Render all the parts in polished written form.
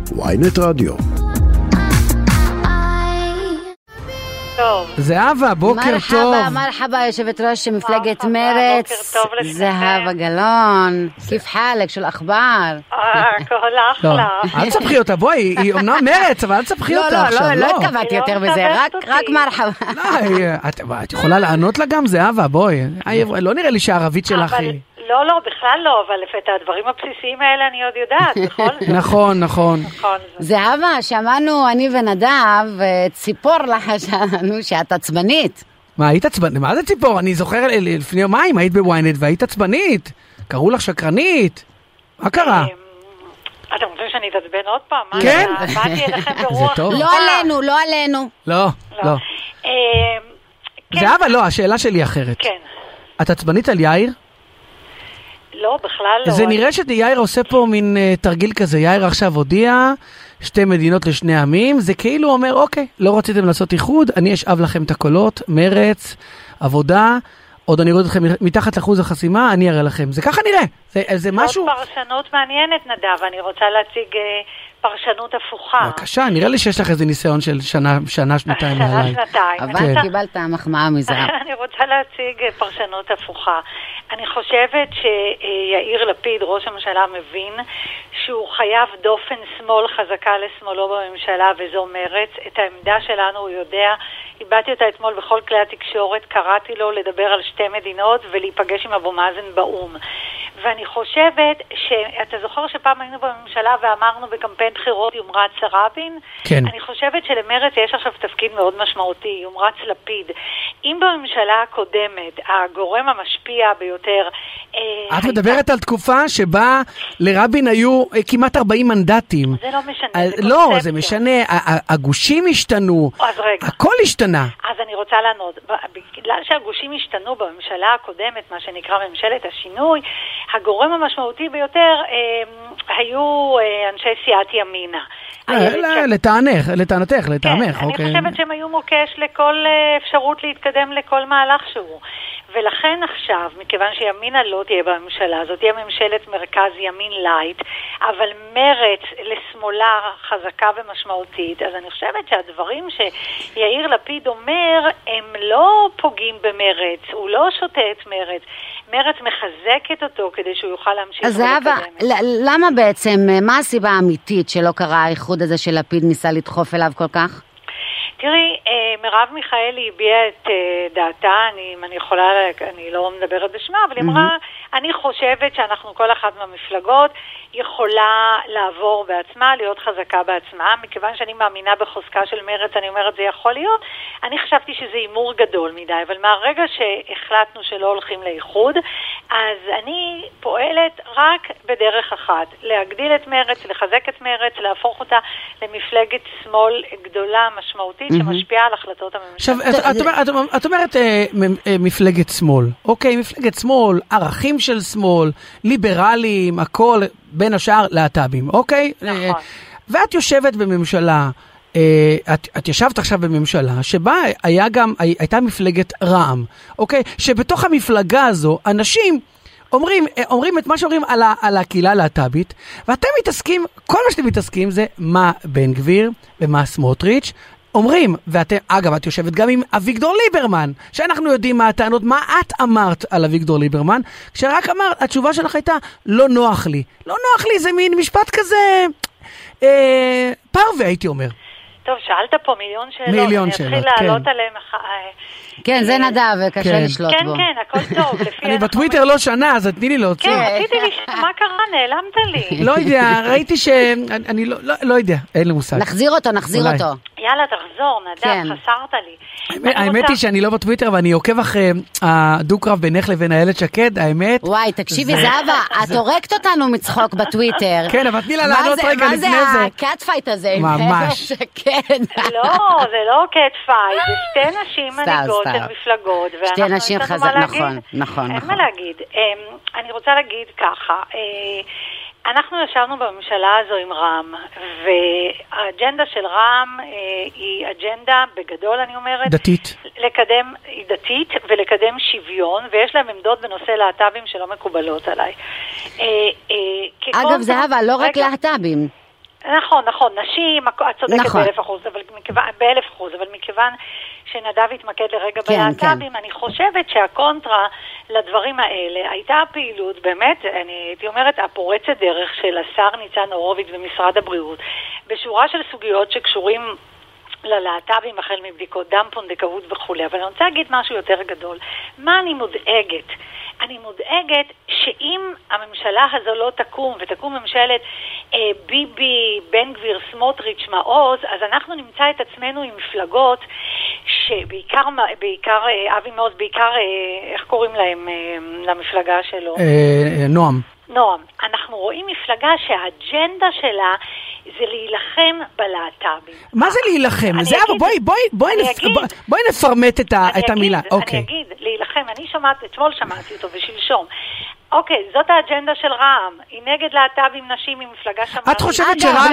ynet רדיו. זהבה, בוקר טוב. מרחבה, יושבת ראש מפלגת מרץ, זהבה גלאון. כיף חלק של אכבר. כל אחלה. אל תספחי אותה, בואי, היא אומנם מרץ, אבל אל תספחי אותה עכשיו. לא התכוונתי יותר בזה, רק מרחבה. את יכולה לענות לה גם, זהבה, בואי. לא נראה לי שהערבית שלך היא... לא, בכלל לא, אבל את הדברים הבסיסיים האלה אני עוד יודעת, בכל זאת. נכון. זהבה, שמענו אני ונדב, ציפור לחשנו שאת עצבנית. מה, היית עצבנית? מה זה ציפור? אני זוכר לפני יומיים, היית בוויינט והיית עצבנית. קראו לך שקרנית. מה קרה? אתם רוצים שאני אתעצבן עוד פעם? כן. באתי אליכם ברוח. לא עלינו. לא. זהבה, לא, השאלה שלי אחרת. כן. את עצבנית על יאיר? לא, בכלל לא. זה נראה שיאיר עושה פה מין תרגיל כזה. יאיר עכשיו הודיע, שתי מדינות לשני עמים. זה כאילו אומר, אוקיי, לא רציתם לעשות איחוד, אני אשאב לכם את הקולות, מרץ, עבודה, עוד אני רואה אתכם מתחת לאחוז החסימה, אני אראה לכם. זה ככה נראה. זה משהו... זאת פרשנות מעניינת, נדב. אני רוצה להציג פרשנות הפוכה. בבקשה, נראה לי שיש לך איזה ניסיון של שנתיים מעליי. אבל קיבלת מחמאה מזה. אני רוצה להציג פרשנות הפוכה. אני חושבת שיאיר לפיד, ראש הממשלה, מבין שהוא חייב דופן שמאל חזקה לשמאלו בממשלה, וזו מרץ. את העמדה שלנו הוא יודע. איבדתי אותה אתמול בכל כלי התקשורת, קראתי לו לדבר על שתי מדינות ולהיפגש עם אבו מאזן באום. ואני חושבת שאתה זוכר שפעם היינו בממשלה ואמרנו בקמפיין בחירות יומרץ רבין? כן. אני חושבת שלמרץ יש עכשיו תפקיד מאוד משמעותי, יומרץ לפיד. אם בממשלה הקודמת הגורם המשפיע ביותר... את מדברת על תקופה שבה לרבין היו כמעט 40 מנדטים. זה לא משנה. לא, זה משנה. הגושים השתנו. אז רגע. הכל השתנה. אז אני רוצה לענות. בגלל שהגושים השתנו בממשלה הקודמת, מה שנקרא ממשלת השינוי, הגורם המשמעותי ביותר היו אנשי סיעת ימינה. לטענתך. אני חושבת שהם היו מוקש לכל אפשרות להתקדם לכל מהלך שהוא. ולכן עכשיו, מכיוון שימינה לא תהיה בממשלה, זאת תהיה ממשלת מרכז ימין לייט, אבל מרץ לשמאלה חזקה ומשמעותית, אז אני חושבת שהדברים שיאיר לפיד אומר, הם לא פוגעים במרץ, הוא לא שותה את מרץ, מרץ מחזקת אותו כדי שהוא יוכל להמשיך ולקדם. אז למה בעצם, מה הסיבה האמיתית שלא קרה האיחוד הזה של לפיד ניסה לדחוף אליו כל כך? תראי, מרב מיכאלי הביעה את דעתה, אני לא מדברת בשמה, אבל היא אמרה, אני חושבת שאנחנו כל אחת מהמפלגות יכולה לעבור בעצמה, להיות חזקה בעצמה, מכיוון שאני מאמינה בחוזקה של מרץ, אני אומרת זה יכול להיות, אני חשבתי שזה אימור גדול מדי, אבל מהרגע שהחלטנו שלא הולכים לאיחוד, אז אני פועלת רק בדרך אחת, להגדיל את מרץ, לחזק את מרץ, להפוך אותה למפלגת שמאל גדולה, משמעותית, שמשפיעה על החלטות הממשלה. עכשיו, את אומרת מפלגת שמאל, אוקיי, מפלגת שמאל, ערכים של שמאל, ליברלים, הכל, בין השאר להט"בים, אוקיי? נכון. ואת יושבת בממשלה, את ישבת עכשיו בממשלה, שבה הייתה מפלגת רע"מ, אוקיי? שבתוך המפלגה הזו, אנשים אומרים את מה שאומרים על הקהילה הלהט"בית, ואתם מתעסקים, כל מה שאתם מתעסקים זה מה בן גביר ומה סמוטריץ' אומרים, ואתם, אגב, את יושבת גם עם אביגדור ליברמן, שאנחנו יודעים מה הטענות, מה את אמרת על אביגדור ליברמן, כשרק אמרת, התשובה שלך הייתה, לא נוח לי. לא נוח לי, זה מין משפט כזה, פרווה הייתי אומר. טוב, שאלת פה מיליון שאלות. אני אתחיל לעלות עליהם. כן, זה נדב, קשה לשלוט בו. כן, הכל טוב. אני בטוויטר לא שנה, אז תני לי להוציא. כן, רציתי לשאול, מה קרה? נעלמת לי. לא יודע, ראיתי אני לא יודע, אין לי מושג. נחזיר אותו. יאללה, תחזור, נדב, חסרת לי. האמת היא שאני לא בטוויטר, ואני עוקב אחרי הדו-קרב בינך לבין איילת שקד, האמת. וואי, תקשיבי, זהבה, את הורקת אותנו מצחוק בטוויטר. כן, אבל תני לה לענות רגע לפני זה. מה זה הקאט-פייט הזה? ממש. לא, זה לא קאט-פייט, זה שתי נשים מנהיגות של מפלגות, שתי נשים חזק, נכון. אין מה להגיד. אני רוצה להגיד ככה, אנחנו ישבנו בממשלה הזו עם רע"מ, והאג'נדה של רע"מ היא אג'נדה, בגדול אני אומרת, דתית. היא דתית ולקדם שוויון, ויש להם עמדות בנושא להט"בים שלא מקובלות עליי. אגב, זהבה, לא רק להט"בים. נכון, נשים, את צודקת ב1,000%, אבל מכיוון שנדב התמקד לרגע בלהט"בים, אני חושבת שהקונטרה לדברים האלה הייתה הפעילות, באמת, אני הייתי אומרת, הפורצת דרך של השר ניצן הורוביץ במשרד הבריאות, בשורה של סוגיות שקשורים ללהט"בים, החל מבדיקות דם, פונדקאות וכו'. אבל אני רוצה להגיד משהו יותר גדול. מה אני מודאגת? אני מודאגת שאם הממשלה הזו לא תקום, ותקום ממשלת ביבי, בן גביר, סמוטריץ', מעוז, אז אנחנו נמצא את עצמנו עם מפלגות שבעיקר אבי מעוז, בעיקר, איך קוראים להם, למפלגה שלו? נועם. אנחנו רואים מפלגה שהאג'נדה שלה זה להילחם בלהט"בים. מה זה להילחם? בואי נפרמט את המילה. אני אגיד, להילחם. אתמול שמעתי אותו ושלשום. אוקיי, זאת האג'נדה של רע"מ. היא נגד להט"בים, נשים, היא מפלגה שמרנית. את חושבת שרע"מ...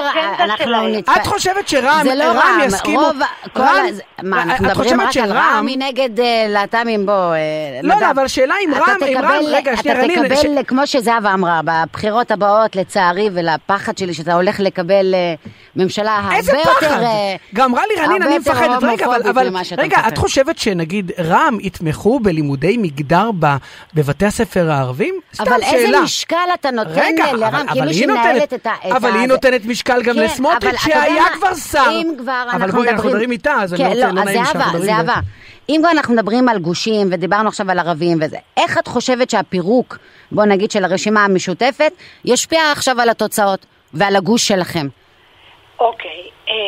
את חושבת שרע"מ יסכימו... אנחנו מדברים רק על רע"מ, היא נגד להט"בים, בוא... לא, אבל שאלה אם רע"מ... אתה תקבל, כמו שזהבה אמרה, בבחירות הבאות, לצערי ולפחד שלי, שאתה הולך לקבל ממשלה הרבה יותר... איזה פחד? גם אמרה לי רנין, אני מפחדת. רגע, את חושבת שנגיד רע"מ יתמכו בלימודי מגדר בבתי הספר הערבים? אבל איזה משקל אתה נותן לרע"מ, כי מי שמנהלת את אבל היא נותנת משקל גם לסמוטריץ' שהיה כבר שר. אבל בואי, אנחנו מדברים איתה, אז אני לא נעים שאנחנו מדברים איתה. אם כבר אנחנו מדברים על גושים, ודיברנו עכשיו על ערבים וזה, איך את חושבת שהפירוק, בוא נגיד של הרשימה המשותפת, ישפיע עכשיו על התוצאות ועל הגוש שלכם? אוקיי,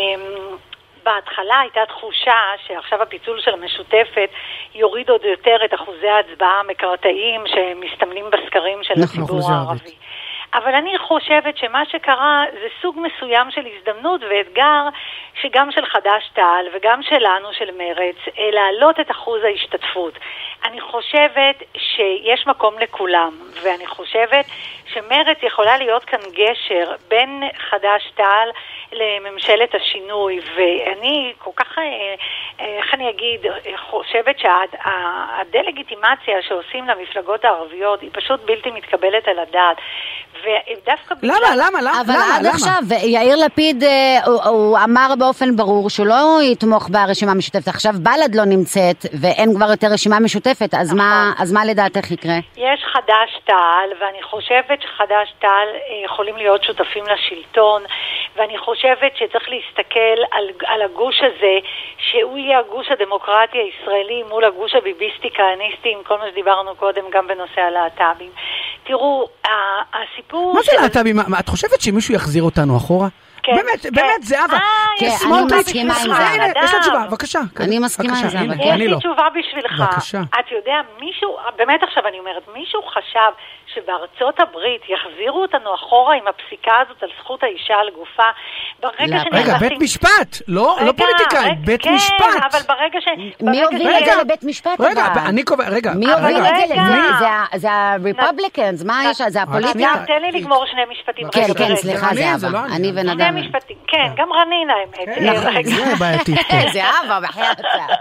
בהתחלה הייתה תחושה שעכשיו הפיצול של המשותפת יוריד עוד יותר את אחוזי ההצבעה המקרתיים שמסתמנים בסקרים של הציבור הערבי. אבל אני חושבת שמה שקרה זה סוג מסוים של הזדמנות ואתגר שגם של חד"ש-תע"ל וגם שלנו, של מרץ, להעלות את אחוז ההשתתפות. אני חושבת שיש מקום לכולם, ואני חושבת שמרץ יכולה להיות כאן גשר בין חד"ש-תע"ל לממשלת השינוי, ואני כל כך, איך אני אגיד, חושבת שהדלגיטימציה שעושים למפלגות הערביות היא פשוט בלתי מתקבלת על הדעת. ודווקא למה? אבל עד עכשיו, יאיר לפיד, הוא אמר באופן ברור שהוא לא יתמוך ברשימה המשותפת. עכשיו בל"ד לא נמצאת, ואין כבר יותר רשימה משותפת, אז מה לדעתך יקרה? יש חד"ש-תע"ל, ואני חושבת שחד"ש-תע"ל יכולים להיות שותפים לשלטון, ואני חושבת שצריך להסתכל על הגוש הזה, שהוא יהיה הגוש הדמוקרטי הישראלי מול הגוש הביביסטי כהניסטי, עם כל מה שדיברנו קודם גם בנושא הלהט"בים. תראו, הסיפור... מה זה להט"בים? את חושבת שמישהו יחזיר אותנו אחורה? באמת, זהבה. אני מסכימה עם זה. יש לה תשובה, בבקשה. אני מסכימה עם זה. יש לי תשובה בשבילך. את יודע, מישהו, באמת עכשיו אני אומרת, מישהו חשב שבארצות הברית יחזירו אותנו אחורה עם הפסיקה הזאת על זכות האישה על גופה. רגע, בית משפט, לא פוליטיקאי, בית משפט. כן, אבל ברגע ש... מי הוביל את זה לבית משפט? רגע. מי הוביל את זה? זה הרפובליקנס, מה יש? זה הפוליטיקה? תן לי לגמור שני משפטים. כן, סליחה, זהבה. אני ונדב. כן, גם רנין האמת. זה בעייתי. זהבה, בחיית.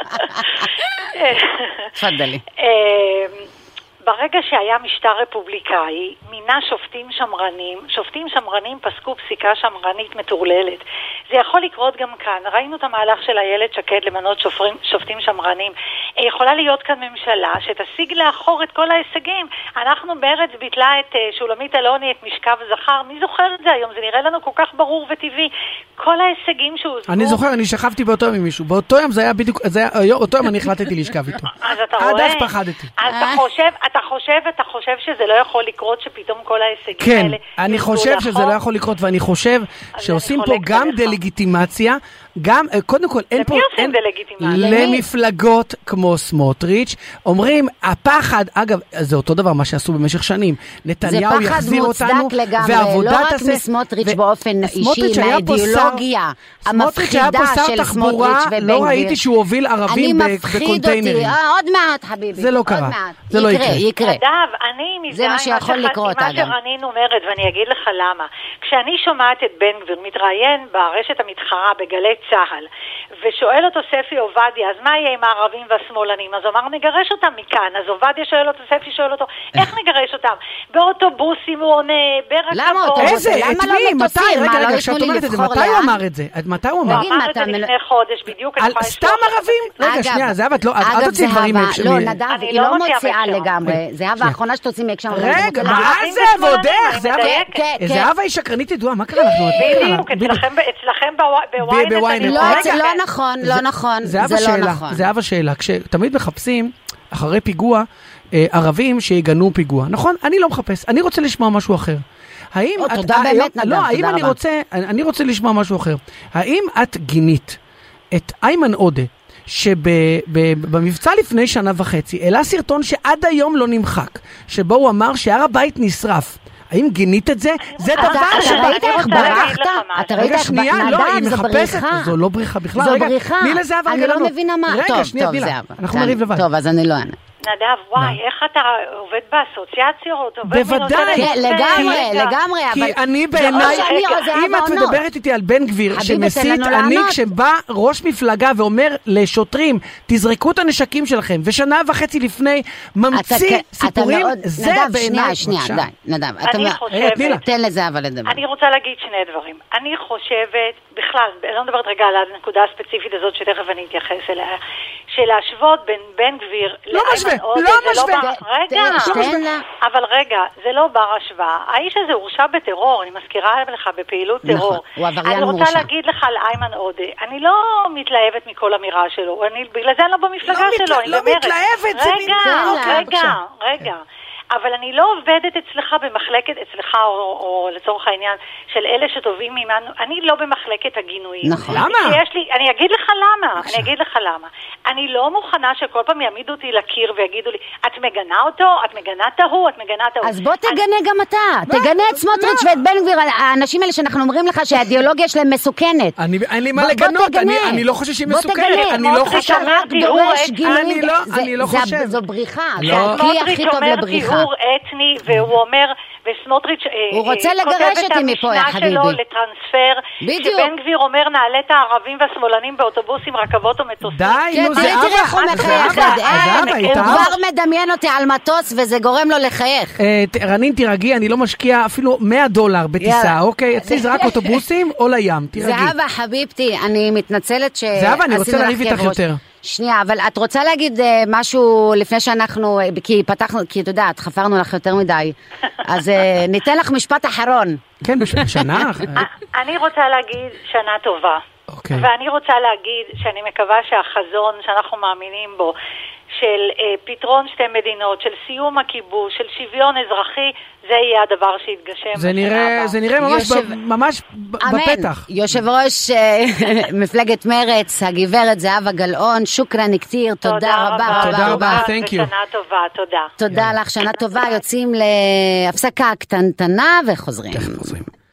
תפדלי. ברגע שהיה משטר רפובליקאי, מינה שופטים שמרנים פסקו פסיקה שמרנית מטורללת. זה יכול לקרות גם כאן. ראינו את המהלך של איילת שקד למנות שופטים שמרנים. יכולה להיות כאן ממשלה שתשיג לאחור את כל ההישגים. אנחנו בארץ ביטלה את שולמית אלוני, את משכב זכר. מי זוכר את זה היום? זה נראה לנו כל כך ברור וטבעי. כל ההישגים שהוזגו... אני זוכר, אני שכבתי באותו יום עם מישהו. באותו יום זה היה בדיוק... אותו יום אני החלטתי לשכב איתו. אז אתה רואה? עד אז פחדתי. אתה חושב שזה לא יכול לקרות שפתאום כל ההישגים האלה... כן, אני חושב שזה לא יכול לקרות, ואני חושב שעושים פה גם דלגיטימציה, גם, קודם כל, אין פה... למי עושים דלגיטימציה? למפלגות כמו סמוטריץ', אומרים, הפחד, אגב, זה אותו דבר מה שעשו במשך שנים, נתניהו יחזיר אותנו, זה פחד מוצדק לגמרי, לא רק מסמוטריץ' באופן אישי, מהאידיאולוגיה המפחידה של סמוטריץ' ובן גביר. לא ראיתי שהוא הוביל ערבים בקונטיינרים. אני מפחיד אותי, עוד מעט חביבי. זה לא קרה, זה לא יקרה. זה מה שיכול לקרות, אגב. מה שרנין אומרת, ואני אגיד לך למה. כשאני שומעת את בן גביר מתראיין ברשת המתחרה בגלי צהל, ושואל אותו ספי עובדיה, אז מה יהיה עם הערבים והשמאלנים? אז הוא אמר, נגרש אותם מכאן. אז עובדיה שואל אותו, ספי שואל אותו, איך נגרש אותם? באוטובוסים הוא עונה, ברכבות. איזה? את מי? מתי? רגע, כשאת אומרת את זה, מתי הוא אמר את זה? מתי הוא אמר? הוא אמר את זה לפני חודש, בדיוק. סתם ערבים? רגע, שנייה, זהבה, אל תוציא דברים. לא, נדב, היא לא מוציאה לגמרי. זהבה, האחרונה שתוציא מהקשר. רגע, מה זה? ועוד איך? זהבה היא שקרנית ידועה, מה קרה לך? בדיוק, אצלכם בוויינט. לא נכון, לא נכון. זה לא נכון. זהבה שאלה, כשתמיד מחפשים אחרי פיגוע ערבים שיגנו פיגוע, נכון? אני לא מחפש, אני רוצה לשמוע משהו אחר. תודה באמת נדב, תודה רבה. אני רוצה לשמוע משהו אחר. האם את גינית את איימן עודה, שבמבצע לפני 1.5 שנה, העלה סרטון שעד היום לא נמחק, שבו הוא אמר שהר הבית נשרף. האם גינית את זה? זה דבר ש... אתה ראית איך ברחת? אתה ראית איך נדב? זו בריחה. זו לא בריחה בכלל. זו בריחה. אני לא מבינה מה... רגע, שנייה, דילה. אנחנו נריב לבד. טוב, אז אני לא אענה. נדב, וואי, איך אתה עובד באסוציאציות? בוודאי. לגמרי. כי אני בעיניי, אם את מדברת איתי על בן גביר שמסית, אני כשבא ראש מפלגה ואומר לשוטרים, תזרקו את הנשקים שלכם, 1.5 שנה לפני ממציא סיפורים, זה בעיניי. שנייה, די, נדב. תן לזה אבל לדבר. אני רוצה להגיד שני דברים. אני חושבת, בכלל, אני לא מדברת רגע על הנקודה הספציפית הזאת שתכף אני אתייחס אליה, שלהשוות בין בן גביר לאיימן עודה, אבל רגע, זה לא בר השוואה. האיש הזה הורשע בטרור, אני מזכירה לך, בפעילות טרור. אני רוצה להגיד לך על איימן עודה, אני לא מתלהבת מכל אמירה שלו, בגלל זה אני לא במפלגה שלו. לא מתלהבת, זה רגע. אבל אני לא עובדת אצלך במחלקת, אצלך או לצורך העניין, של אלה שטובים ממנו, אני לא במחלקת הגינויים. נכון. למה? אני אגיד לך למה. אני לא מוכנה שכל פעם יעמידו אותי לקיר ויגידו לי, את מגנה אותו? את מגנה את ההוא? אז בוא תגנה גם אתה. תגנה את סמוטריץ' ואת בן גביר, האנשים האלה שאנחנו אומרים לך שהאידיאולוגיה שלהם מסוכנת. אין לי מה לגנות, אני לא חושב שהיא מסוכנת. אני לא חושב. אני לא חושב. זו בריחה. זה הכלי הכי טוב לבריחה. טיהור אתני, והוא אומר, וסמוטריץ' הוא רוצה לגרש אותי מפה, יא חביבי. שלו לטרנספר, שבן גביר אומר, נעלה את הערבים והשמאלנים באוטובוסים, רכבות ומטוסים. די, נו, זה תראי איך הוא מחייך. הוא כבר מדמיין אותי על מטוס, וזה גורם לו לחייך. רנין, תירגעי, אני לא משקיע אפילו $100 בטיסה, אוקיי? אצלי זה רק אוטובוסים או לים, תירגעי. זהבה, חביבתי, אני מתנצלת זהבה, אני רוצה להריב איתך יותר. שנייה, אבל את רוצה להגיד משהו לפני שאנחנו, כי פתחנו, כי אתה יודעת, חפרנו לך יותר מדי, אז ניתן לך משפט אחרון. כן, שנה. אני רוצה להגיד שנה טובה. ואני רוצה להגיד שאני מקווה שהחזון שאנחנו מאמינים בו, של פתרון שתי מדינות, של סיום הכיבוש, של שוויון אזרחי, זה יהיה הדבר שיתגשם. זה נראה ממש בפתח. יושב ראש מפלגת מרץ, הגברת זהבה גלאון, שוקרן כתיר, תודה רבה. תודה רבה, thank you. ושנה טובה, תודה. תודה לך, שנה טובה, יוצאים להפסקה קטנטנה וחוזרים.